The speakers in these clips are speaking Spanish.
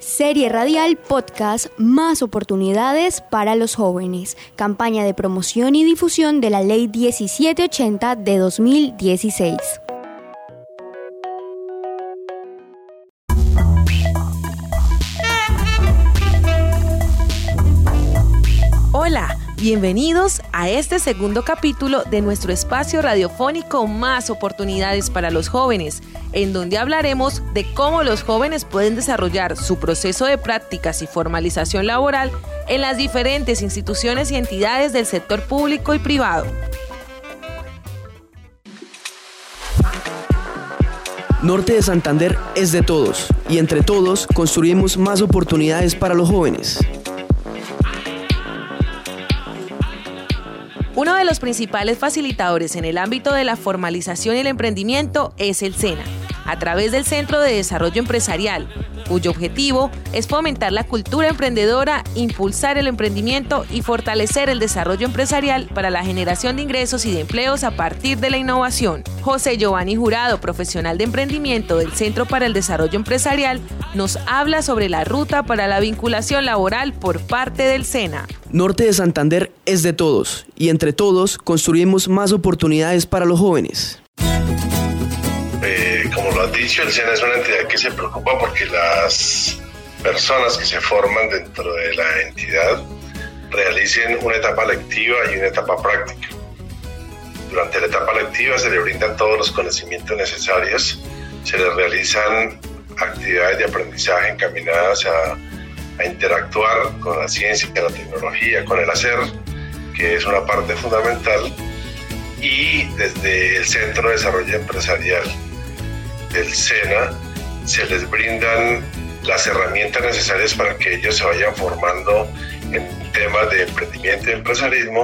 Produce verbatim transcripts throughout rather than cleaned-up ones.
Serie radial podcast Más oportunidades para los jóvenes. Campaña de promoción y difusión de la Ley diecisiete ochenta de dos mil dieciséis. Hola, bienvenidos a este segundo capítulo de nuestro espacio radiofónico Más oportunidades para los jóvenes, en donde hablaremos de cómo los jóvenes pueden desarrollar su proceso de prácticas y formalización laboral en las diferentes instituciones y entidades del sector público y privado. Norte de Santander es de todos, y entre todos construimos más oportunidades para los jóvenes. Uno de los principales facilitadores en el ámbito de la formalización y el emprendimiento es el SENA, a través del Centro de Desarrollo Empresarial, cuyo objetivo es fomentar la cultura emprendedora, impulsar el emprendimiento y fortalecer el desarrollo empresarial para la generación de ingresos y de empleos a partir de la innovación. José Giovanni Jurado, profesional de emprendimiento del Centro para el Desarrollo Empresarial, nos habla sobre la ruta para la vinculación laboral por parte del SENA. Norte de Santander es de todos, y entre todos construimos más oportunidades para los jóvenes. Eh, como lo has dicho, el SENA es una entidad que se preocupa porque las personas que se forman dentro de la entidad realicen una etapa lectiva y una etapa práctica. Durante la etapa lectiva se les brindan todos los conocimientos necesarios, se les realizan actividades de aprendizaje encaminadas a, a interactuar con la ciencia, con la tecnología, con el hacer, que es una parte fundamental, y desde el Centro de Desarrollo Empresarial del SENA se les brindan las herramientas necesarias para que ellos se vayan formando en temas de emprendimiento y empresarismo,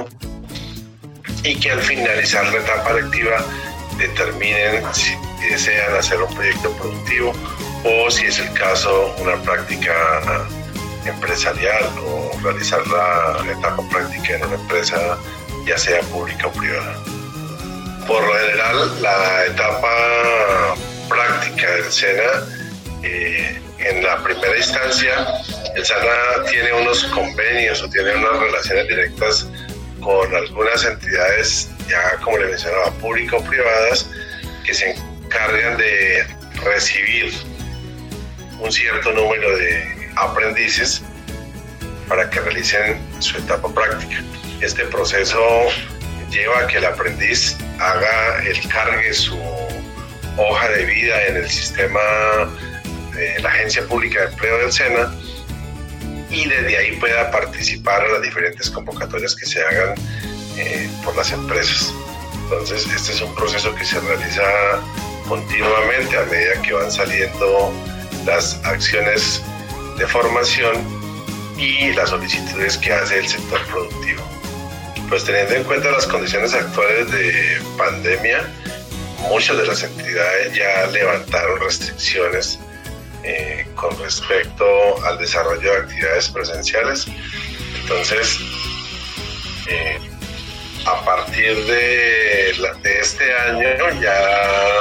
y que al finalizar la etapa lectiva determinen si desean hacer un proyecto productivo o, si es el caso, una práctica empresarial o realizar la etapa práctica en una empresa, ya sea pública o privada. Por lo general, la etapa práctica del SENA, eh, en la primera instancia, el SENA tiene unos convenios o tiene unas relaciones directas con algunas entidades, ya como le mencionaba, públicas o privadas, que se encargan de recibir un cierto número de aprendices para que realicen su etapa práctica. Este proceso lleva a que el aprendiz haga el cargue su hoja de vida en el sistema de la Agencia Pública de Empleo del SENA, y desde ahí pueda participar en las diferentes convocatorias que se hagan eh, por las empresas. Entonces, este es un proceso que se realiza continuamente a medida que van saliendo las acciones de formación y las solicitudes que hace el sector productivo. Pues teniendo en cuenta las condiciones actuales de pandemia, muchas de las entidades ya levantaron restricciones eh, con respecto al desarrollo de actividades presenciales. Entonces, eh, a partir de, la, de este año ya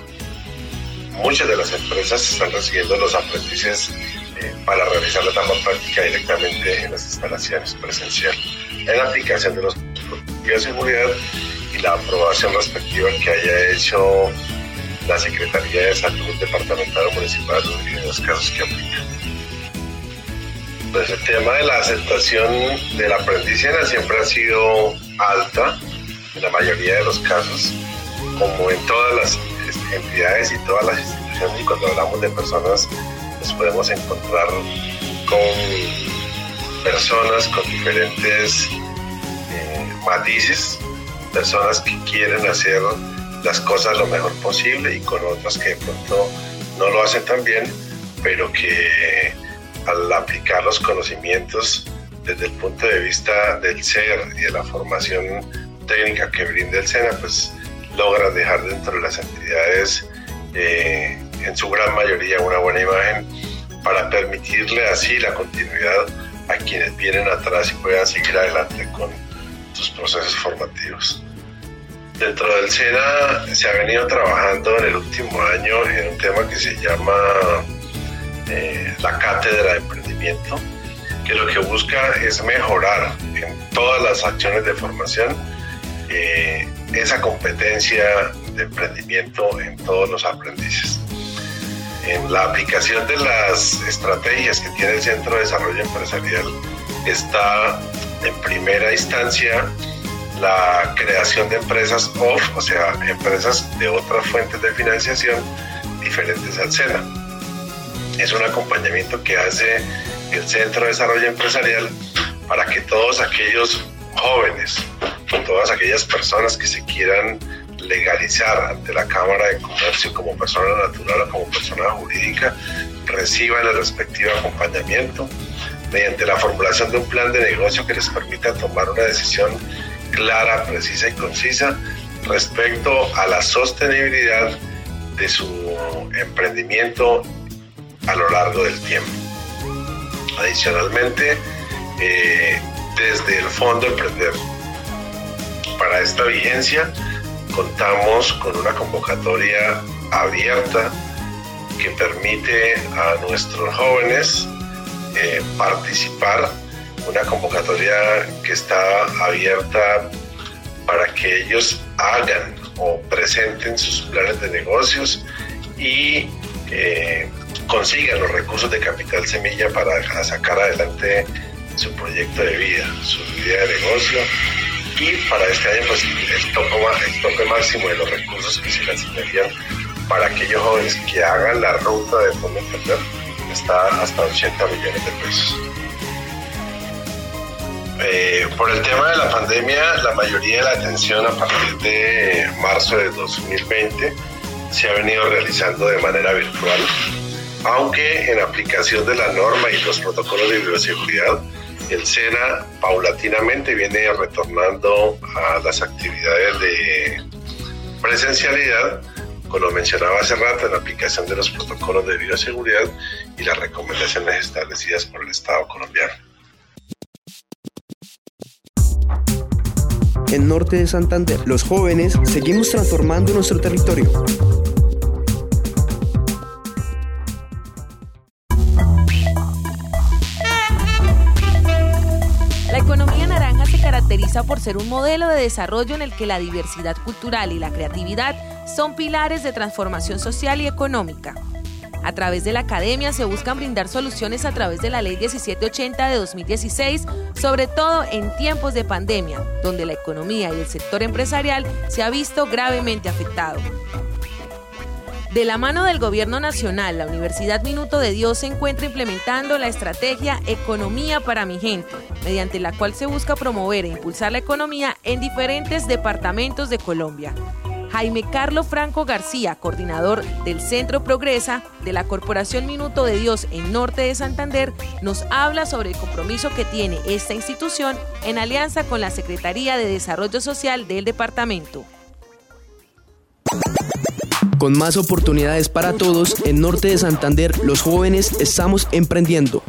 muchas de las empresas están recibiendo los aprendices eh, para realizar la etapa práctica directamente en las instalaciones presenciales, en la aplicación de los protocolos de seguridad y la aprobación respectiva que haya hecho la Secretaría de Salud Departamental o Municipal en los casos que aplican. Pues el tema de la aceptación del aprendiz siempre ha sido alta en la mayoría de los casos, como en todas las entidades y todas las instituciones, y cuando hablamos de personas nos podemos encontrar con personas con diferentes eh, matices, personas que quieren hacer las cosas lo mejor posible y con otras que de pronto no lo hacen tan bien, pero que al aplicar los conocimientos desde el punto de vista del ser y de la formación técnica que brinda el SENA, pues logran dejar dentro de las entidades eh, en su gran mayoría una buena imagen para permitirle así la continuidad a quienes vienen atrás y puedan seguir adelante con sus procesos formativos. Dentro del SENA se ha venido trabajando en el último año en un tema que se llama eh, la cátedra de emprendimiento, que lo que busca es mejorar en todas las acciones de formación eh, esa competencia de emprendimiento en todos los aprendices. En la aplicación de las estrategias que tiene el Centro de Desarrollo Empresarial está en primera instancia la creación de empresas off, o sea, empresas de otras fuentes de financiación diferentes al SENA. Es un acompañamiento que hace el Centro de Desarrollo Empresarial para que todos aquellos jóvenes, todas aquellas personas que se quieran legalizar ante la Cámara de Comercio como persona natural o como persona jurídica, reciban el respectivo acompañamiento mediante la formulación de un plan de negocio que les permita tomar una decisión clara, precisa y concisa respecto a la sostenibilidad de su emprendimiento a lo largo del tiempo. Adicionalmente, eh, desde el Fondo Emprender, para esta vigencia contamos con una convocatoria abierta que permite a nuestros jóvenes eh, participar, una convocatoria que está abierta para que ellos hagan o presenten sus planes de negocios y eh, consigan los recursos de capital semilla para sacar adelante su proyecto de vida, su idea de negocio. Y para este año, pues, el tope, el tope máximo de los recursos que se le asignarían para aquellos jóvenes que hagan la ruta de Fondo Emprender está hasta ochenta millones de pesos. Eh, por el tema de la pandemia, la mayoría de la atención a partir de marzo de dos mil veinte se ha venido realizando de manera virtual, aunque en aplicación de la norma y los protocolos de bioseguridad, el SENA paulatinamente viene retornando a las actividades de presencialidad, como lo mencionaba hace rato, en la aplicación de los protocolos de bioseguridad y las recomendaciones establecidas por el Estado colombiano. En Norte de Santander, los jóvenes seguimos transformando nuestro territorio. La economía naranja se caracteriza por ser un modelo de desarrollo en el que la diversidad cultural y la creatividad son pilares de transformación social y económica. A través de la academia se buscan brindar soluciones a través de la Ley diecisiete ochenta de dos mil dieciséis, sobre todo en tiempos de pandemia, donde la economía y el sector empresarial se ha visto gravemente afectado. De la mano del Gobierno Nacional, la Universidad Minuto de Dios se encuentra implementando la estrategia Economía para mi gente, mediante la cual se busca promover e impulsar la economía en diferentes departamentos de Colombia. Jaime Carlos Franco García, coordinador del Centro Progresa de la Corporación Minuto de Dios en Norte de Santander, nos habla sobre el compromiso que tiene esta institución en alianza con la Secretaría de Desarrollo Social del departamento. Con más oportunidades para todos, en Norte de Santander, los jóvenes estamos emprendiendo.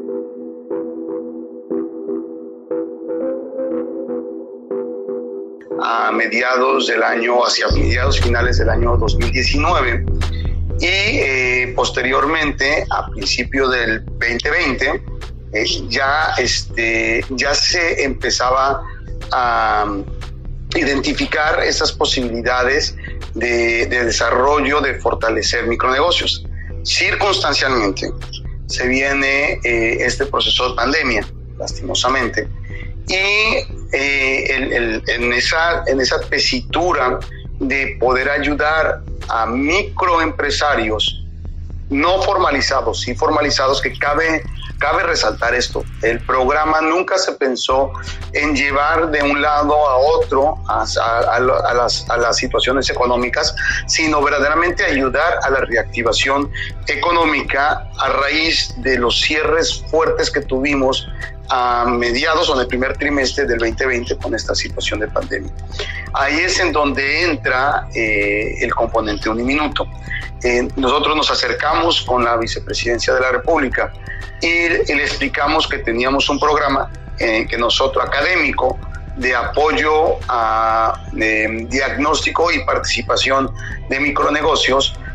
A mediados del año, hacia mediados finales del año dos mil diecinueve y eh, posteriormente a principio del veinte veinte eh, ya, este, ya se empezaba a identificar esas posibilidades de, de desarrollo, de fortalecer micronegocios. Circunstancialmente se viene eh, este proceso de pandemia, lastimosamente, y eh, el, el, en, esa, en esa tesitura de poder ayudar a microempresarios no formalizados, sí formalizados, que cabe, cabe resaltar esto. El programa nunca se pensó en llevar de un lado a otro a, a, a, las, a las situaciones económicas, sino verdaderamente ayudar a la reactivación económica a raíz de los cierres fuertes que tuvimos a mediados o en el primer trimestre del veinte veinte con esta situación de pandemia. Ahí es en donde entra eh, el componente Uniminuto. Eh, nosotros nos acercamos con la Vicepresidencia de la República y, y le explicamos que teníamos un programa eh, que nosotros, académico, de apoyo a de diagnóstico y participación de micronegocios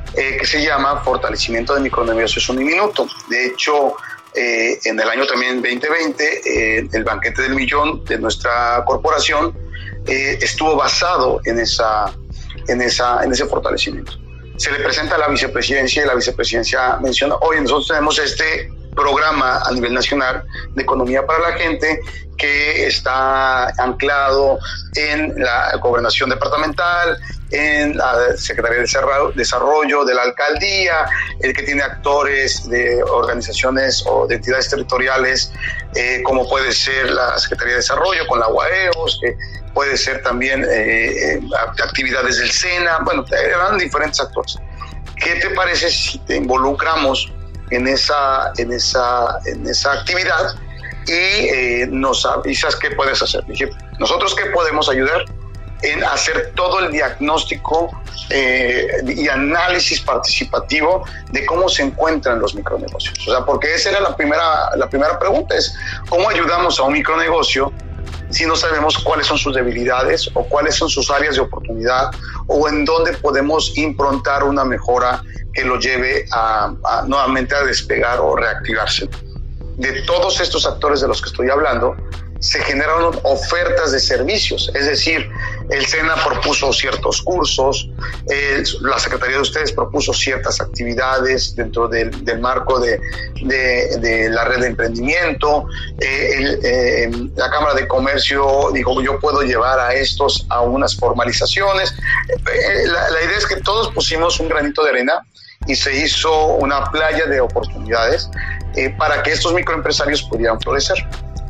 eh, que se llama Fortalecimiento de Micronegocios Uniminuto. De hecho, eh, en el año también veinte veinte, eh, el banquete del millón de nuestra corporación eh, estuvo basado en, esa, en, esa, en ese fortalecimiento. Se le presenta a la vicepresidencia y la vicepresidencia menciona, oye, nosotros tenemos este programa a nivel nacional de economía para la gente que está anclado en la gobernación departamental, en la Secretaría de Desarrollo de la Alcaldía, el que tiene actores de organizaciones o de entidades territoriales, eh, como puede ser la Secretaría de Desarrollo con la U A E O S, que puede ser también eh, actividades del SENA, bueno, eran diferentes actores. ¿Qué te parece si te involucramos en esa, en esa, en esa actividad y eh, nos avisas qué puedes hacer? Dije, nosotros qué podemos ayudar en hacer todo el diagnóstico eh, y análisis participativo de cómo se encuentran los micronegocios. O sea, porque esa era la primera, la primera pregunta, es ¿cómo ayudamos a un micronegocio si no sabemos cuáles son sus debilidades o cuáles son sus áreas de oportunidad o en dónde podemos improntar una mejora que lo lleve a, a nuevamente a despegar o reactivarse? De todos estos actores de los que estoy hablando, se generaron ofertas de servicios, es decir, el SENA propuso ciertos cursos, eh, la Secretaría de ustedes propuso ciertas actividades dentro del, del marco de, de, de la red de emprendimiento, eh, el, eh, la Cámara de Comercio dijo, yo puedo llevar a estos a unas formalizaciones. Eh, la, la idea es que todos pusimos un granito de arena y se hizo una playa de oportunidades eh, para que estos microempresarios pudieran florecer.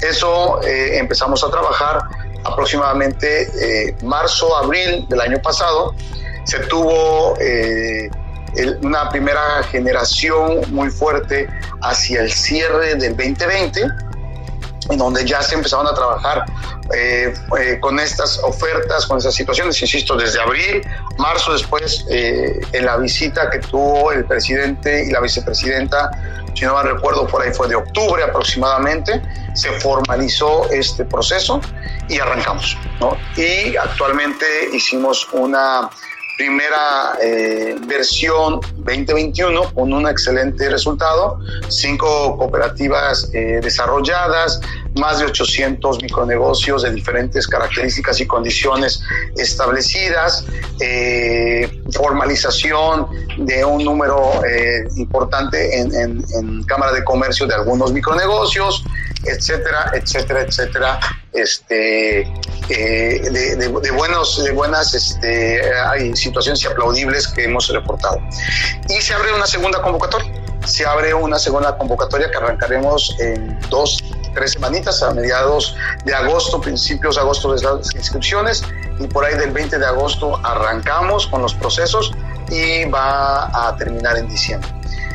Eso eh, empezamos a trabajar aproximadamente eh, marzo, abril del año pasado. Se tuvo eh, el, una primera generación muy fuerte hacia el cierre del veinte veinte, en donde ya se empezaron a trabajar eh, eh, con estas ofertas, con estas situaciones, insisto, desde abril, marzo, después eh, en la visita que tuvo el presidente y la vicepresidenta, si no mal recuerdo, por ahí fue de octubre aproximadamente, se formalizó este proceso y arrancamos, ¿no? Y actualmente hicimos una primera eh, versión veinte veintiuno con un excelente resultado, cinco cooperativas eh, desarrolladas, más de ochocientos micronegocios de diferentes características y condiciones establecidas, eh, formalización de un número eh, importante en, en, en Cámara de Comercio de algunos micronegocios, etcétera, etcétera, etcétera, este, eh, de, de, de, buenos, de buenas este, hay situaciones aplaudibles que hemos reportado. Y se abre una segunda convocatoria, se abre una segunda convocatoria que arrancaremos en dos, tres semanitas, a mediados de agosto, principios de agosto de las inscripciones, y por ahí del veinte de agosto arrancamos con los procesos y va a terminar en diciembre.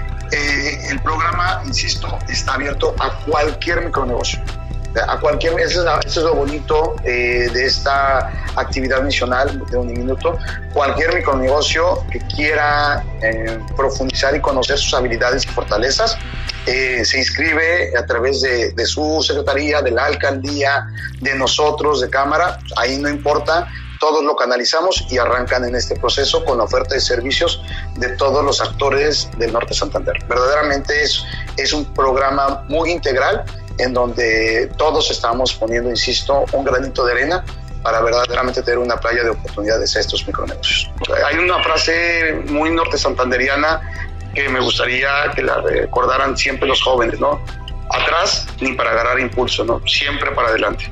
Eh, el programa, insisto, está abierto a cualquier micronegocio. A cualquier, eso es, la, eso es lo bonito eh, de esta actividad misional de Uniminuto. Cualquier micronegocio que quiera eh, profundizar y conocer sus habilidades y fortalezas eh, se inscribe a través de, de su secretaría, de la alcaldía, de nosotros, de Cámara. Ahí no importa, todos lo canalizamos y arrancan en este proceso con la oferta de servicios de todos los actores del Norte de Santander. Verdaderamente es, es un programa muy integral en donde todos estamos poniendo, insisto, un granito de arena para verdaderamente tener una playa de oportunidades a estos micronegocios. Hay una frase muy norte santanderiana que me gustaría que la recordaran siempre los jóvenes, ¿no? Atrás ni para agarrar impulso, ¿no? Siempre para adelante.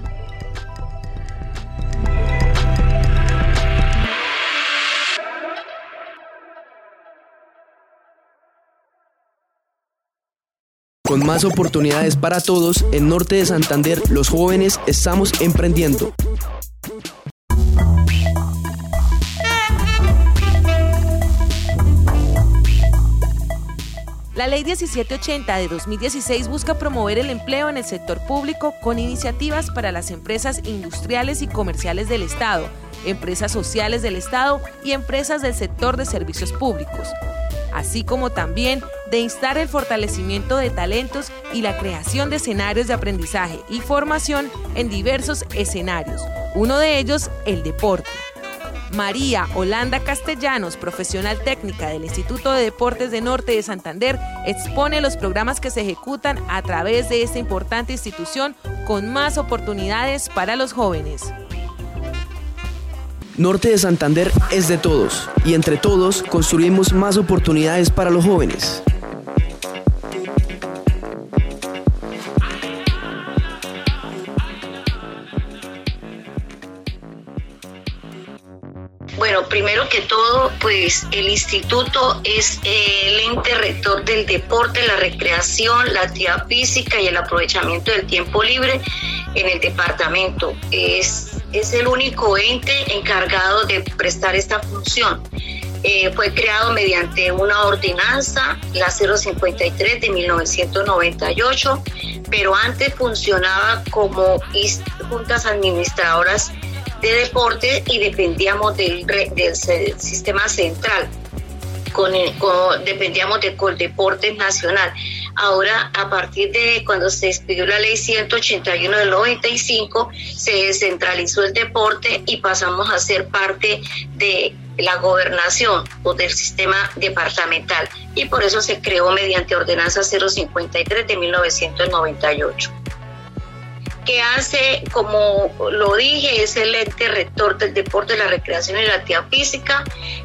Con más oportunidades para todos, en Norte de Santander, los jóvenes estamos emprendiendo. La Ley diecisiete ochenta de dos mil dieciséis busca promover el empleo en el sector público con iniciativas para las empresas industriales y comerciales del Estado, empresas sociales del Estado y empresas del sector de servicios públicos, así como también de instar el fortalecimiento de talentos y la creación de escenarios de aprendizaje y formación en diversos escenarios, uno de ellos el deporte. María Holanda Castellanos, profesional técnica del Instituto de Deportes de Norte de Santander, expone los programas que se ejecutan a través de esta importante institución con más oportunidades para los jóvenes. Norte de Santander es de todos y entre todos construimos más oportunidades para los jóvenes. Bueno, primero que todo, pues el instituto es el ente rector del deporte, la recreación, la actividad física y el aprovechamiento del tiempo libre en el departamento. Es, es el único ente encargado de prestar esta función. Eh, fue creado mediante una ordenanza, la cero cincuenta y tres de mil novecientos noventa y ocho, pero antes funcionaba como juntas administradoras de deporte y dependíamos del, del sistema central, con, el, con dependíamos de Coldeportes Nacional. Ahora, a partir de cuando se expidió la ley ciento ochenta y uno del noventa y cinco, se descentralizó el deporte y pasamos a ser parte de la gobernación o del sistema departamental, y por eso se creó mediante ordenanza cero cincuenta y tres de mil novecientos noventa y ocho. Que hace, como lo dije, es el ente rector del deporte, la recreación y la actividad física.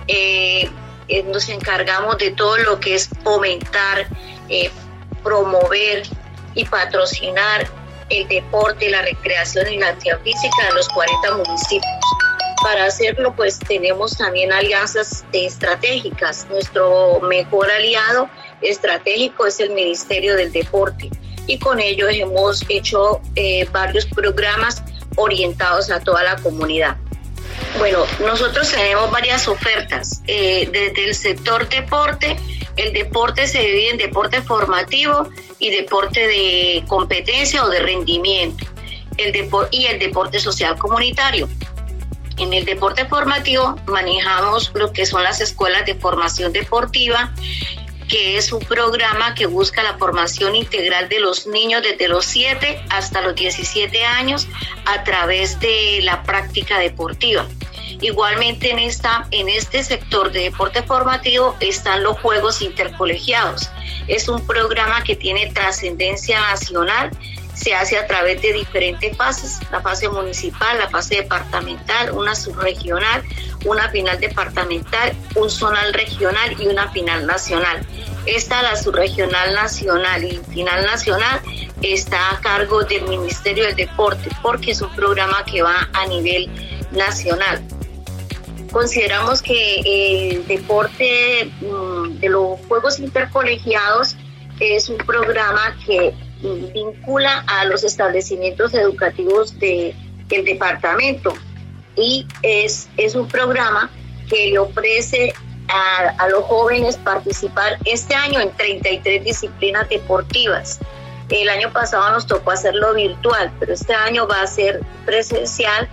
Eh, eh, nos encargamos de todo lo que es fomentar, eh, promover y patrocinar el deporte, la recreación y la actividad física en los cuarenta municipios. Para hacerlo, pues tenemos también alianzas estratégicas. Nuestro mejor aliado estratégico es el Ministerio del Deporte, y con ellos hemos hecho eh, varios programas orientados a toda la comunidad. Bueno, nosotros tenemos varias ofertas. Eh, desde el sector deporte, el deporte se divide en deporte formativo y deporte de competencia o de rendimiento, el depor- y el deporte social comunitario. En el deporte formativo manejamos lo que son las escuelas de formación deportiva, que es un programa que busca la formación integral de los niños desde los siete hasta los diecisiete años a través de la práctica deportiva. Igualmente en, esta, en este sector de deporte formativo están los Juegos Intercolegiados. Es un programa que tiene trascendencia nacional, se hace a través de diferentes fases, la fase municipal, la fase departamental, una subregional, una final departamental, un zonal regional y una final nacional. Esta, la subregional nacional y final nacional, está a cargo del Ministerio del Deporte, porque es un programa que va a nivel nacional. Consideramos que el deporte de los Juegos Intercolegiados es un programa que vincula a los establecimientos educativos de, del departamento, y es, es un programa que le ofrece a, a los jóvenes participar este año en treinta y tres disciplinas deportivas. El año pasado nos tocó hacerlo virtual, pero este año va a ser presencial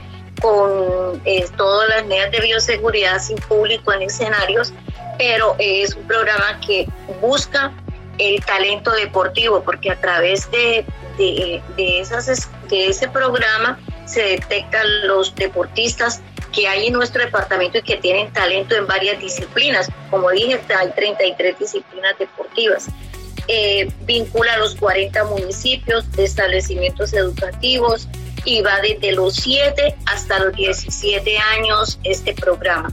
con eh, todas las medidas de bioseguridad, sin público en escenarios, pero eh, es un programa que busca el talento deportivo, porque a través de, de, de, esas, de ese programa se detectan los deportistas que hay en nuestro departamento y que tienen talento en varias disciplinas. Como dije, hay treinta y tres disciplinas deportivas. Eh, vincula a los cuarenta municipios de establecimientos educativos y va desde los siete hasta los diecisiete años este programa.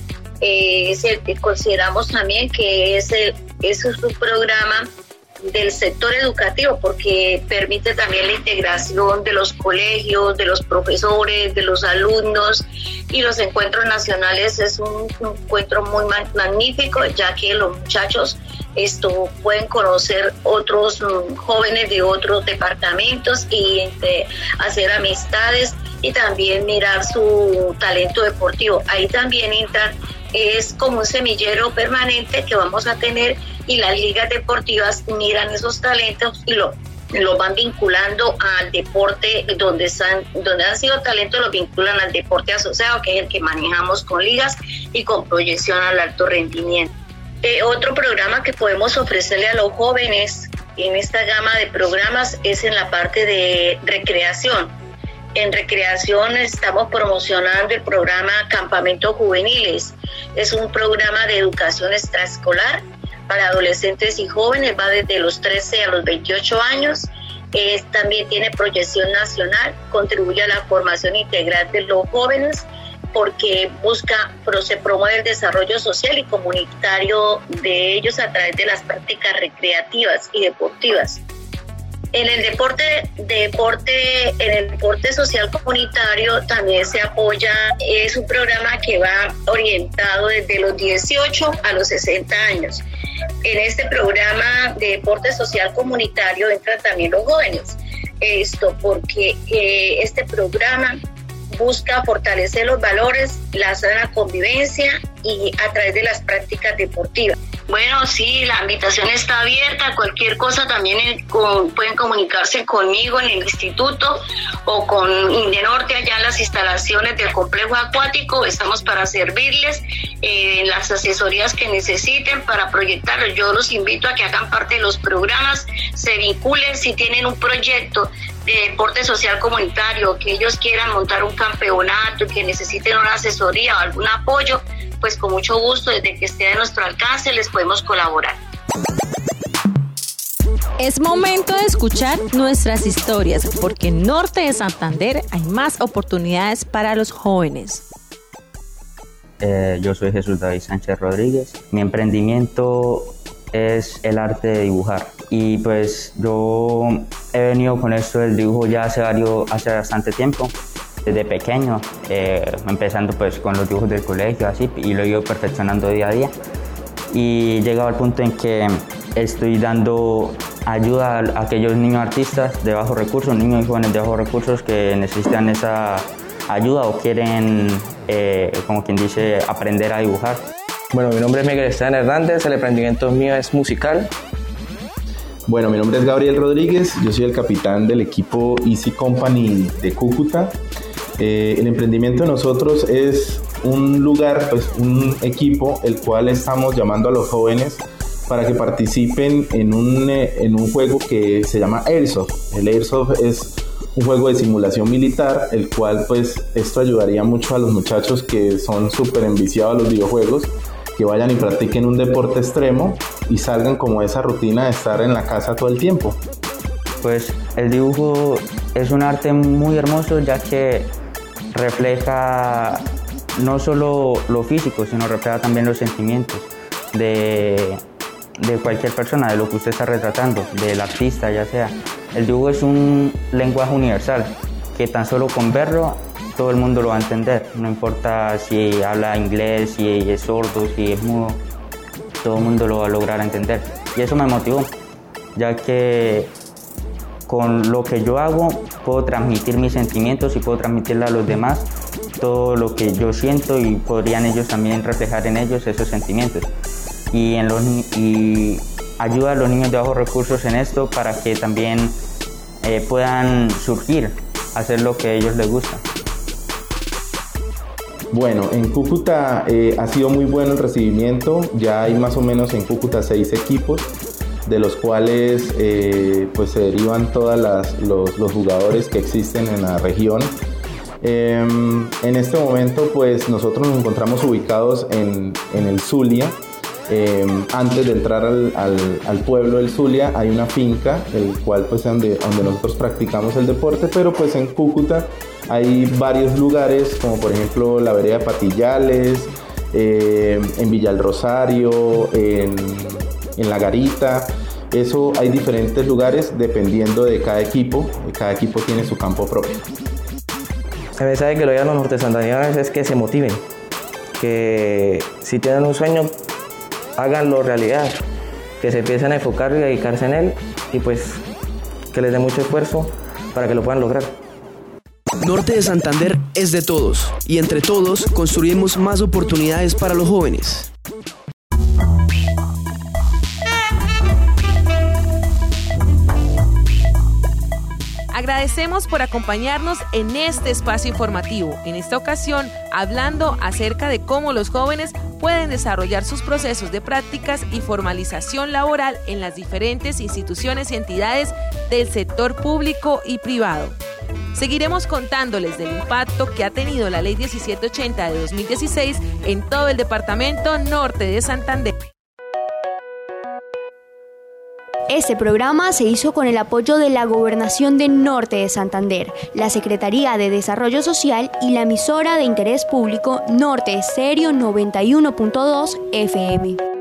Eh, es el, consideramos también que es el, es un programa del sector educativo, porque permite también la integración de los colegios, de los profesores, de los alumnos, y los encuentros nacionales es un, un encuentro muy magnífico, ya que los muchachos esto pueden conocer otros um, jóvenes de otros departamentos y este, hacer amistades y también mirar su talento deportivo. Ahí también entran, es como un semillero permanente que vamos a tener, y las ligas deportivas miran esos talentos y lo, lo van vinculando al deporte donde, están, donde han sido talentos, los vinculan al deporte asociado, que es el que manejamos con ligas y con proyección al alto rendimiento. Eh, otro programa que podemos ofrecerle a los jóvenes en esta gama de programas es en la parte de recreación. En recreación estamos promocionando el programa Campamentos Juveniles. Es un programa de educación extraescolar para adolescentes y jóvenes, va desde los trece a los veintiocho años. Es, también tiene proyección nacional, contribuye a la formación integral de los jóvenes porque busca, pero se promueve el desarrollo social y comunitario de ellos a través de las prácticas recreativas y deportivas. En el deporte, deporte, en el deporte social comunitario también se apoya, es un programa que va orientado desde los dieciocho a los sesenta años. En este programa de deporte social comunitario entran también los jóvenes. Esto porque eh, este programa busca fortalecer los valores, la sana convivencia y a través de las prácticas deportivas. Bueno, sí, la invitación está abierta. Cualquier cosa también en, con, pueden comunicarse conmigo en el instituto o con Indenorte allá en las instalaciones del complejo acuático. Estamos para servirles eh, en las asesorías que necesiten para proyectar. Yo los invito a que hagan parte de los programas, se vinculen si tienen un proyecto de deporte social comunitario, que ellos quieran montar un campeonato, que necesiten una asesoría o algún apoyo, pues con mucho gusto, desde que esté a nuestro alcance, les podemos colaborar. Es momento de escuchar nuestras historias, porque en Norte de Santander hay más oportunidades para los jóvenes. Eh, yo soy Jesús David Sánchez Rodríguez. Mi emprendimiento es el arte de dibujar. Y pues yo he venido con esto del dibujo ya hace, varios, hace bastante tiempo. Desde pequeño, eh, empezando pues con los dibujos del colegio así, y lo he ido perfeccionando día a día. Y he llegado al punto en que estoy dando ayuda a aquellos niños artistas de bajos recursos, niños y jóvenes de bajos recursos que necesitan esa ayuda o quieren, eh, como quien dice, aprender a dibujar. Bueno, mi nombre es Miguel Esteban Hernández, el emprendimiento mío es musical. Bueno, mi nombre es Gabriel Rodríguez, yo soy el capitán del equipo Easy Company de Cúcuta. Eh, el emprendimiento de nosotros es un lugar, pues un equipo, el cual estamos llamando a los jóvenes para que participen en un, eh, en un juego que se llama Airsoft. El Airsoft es un juego de simulación militar, el cual pues esto ayudaría mucho a los muchachos que son súper enviciados a los videojuegos, que vayan y practiquen un deporte extremo y salgan como esa rutina de estar en la casa todo el tiempo. Pues el dibujo es un arte muy hermoso, ya que refleja no solo lo físico, sino refleja también los sentimientos de, de cualquier persona, de lo que usted está retratando, del artista ya sea. El dibujo es un lenguaje universal, que tan solo con verlo todo el mundo lo va a entender, no importa si habla inglés, si es sordo, si es mudo, todo el mundo lo va a lograr entender. Y eso me motivó, ya que con lo que yo hago puedo transmitir mis sentimientos y puedo transmitirle a los demás todo lo que yo siento y podrían ellos también reflejar en ellos esos sentimientos. Y, en los, y ayuda a los niños de bajos recursos en esto para que también eh, puedan surgir, hacer lo que a ellos les gusta. Bueno, en Cúcuta eh, ha sido muy bueno el recibimiento, ya hay más o menos en Cúcuta seis equipos, de los cuales eh, pues se derivan todos los, los jugadores que existen en la región. Eh, en este momento pues nosotros nos encontramos ubicados en, en el Zulia. Eh, antes de entrar al, al, al pueblo del Zulia hay una finca, el cual pues donde, donde nosotros practicamos el deporte, pero pues en Cúcuta hay varios lugares, como por ejemplo la vereda de Patillales, eh, en Villa El Rosario, en, en La Garita. Eso, hay diferentes lugares dependiendo de cada equipo, cada equipo tiene su campo propio. El mensaje que le doy a los nortesantandereanos es que se motiven, que si tienen un sueño, háganlo realidad, que se empiecen a enfocar y a dedicarse en él y pues que les dé mucho esfuerzo para que lo puedan lograr. Norte de Santander es de todos y entre todos construimos más oportunidades para los jóvenes. Agradecemos por acompañarnos en este espacio informativo, en esta ocasión hablando acerca de cómo los jóvenes pueden desarrollar sus procesos de prácticas y formalización laboral en las diferentes instituciones y entidades del sector público y privado. Seguiremos contándoles del impacto que ha tenido la Ley diecisiete ochenta de dos mil dieciséis en todo el departamento norte de Santander. Este programa se hizo con el apoyo de la Gobernación de Norte de Santander, la Secretaría de Desarrollo Social y la emisora de interés público Norte Estéreo noventa y uno punto dos F M.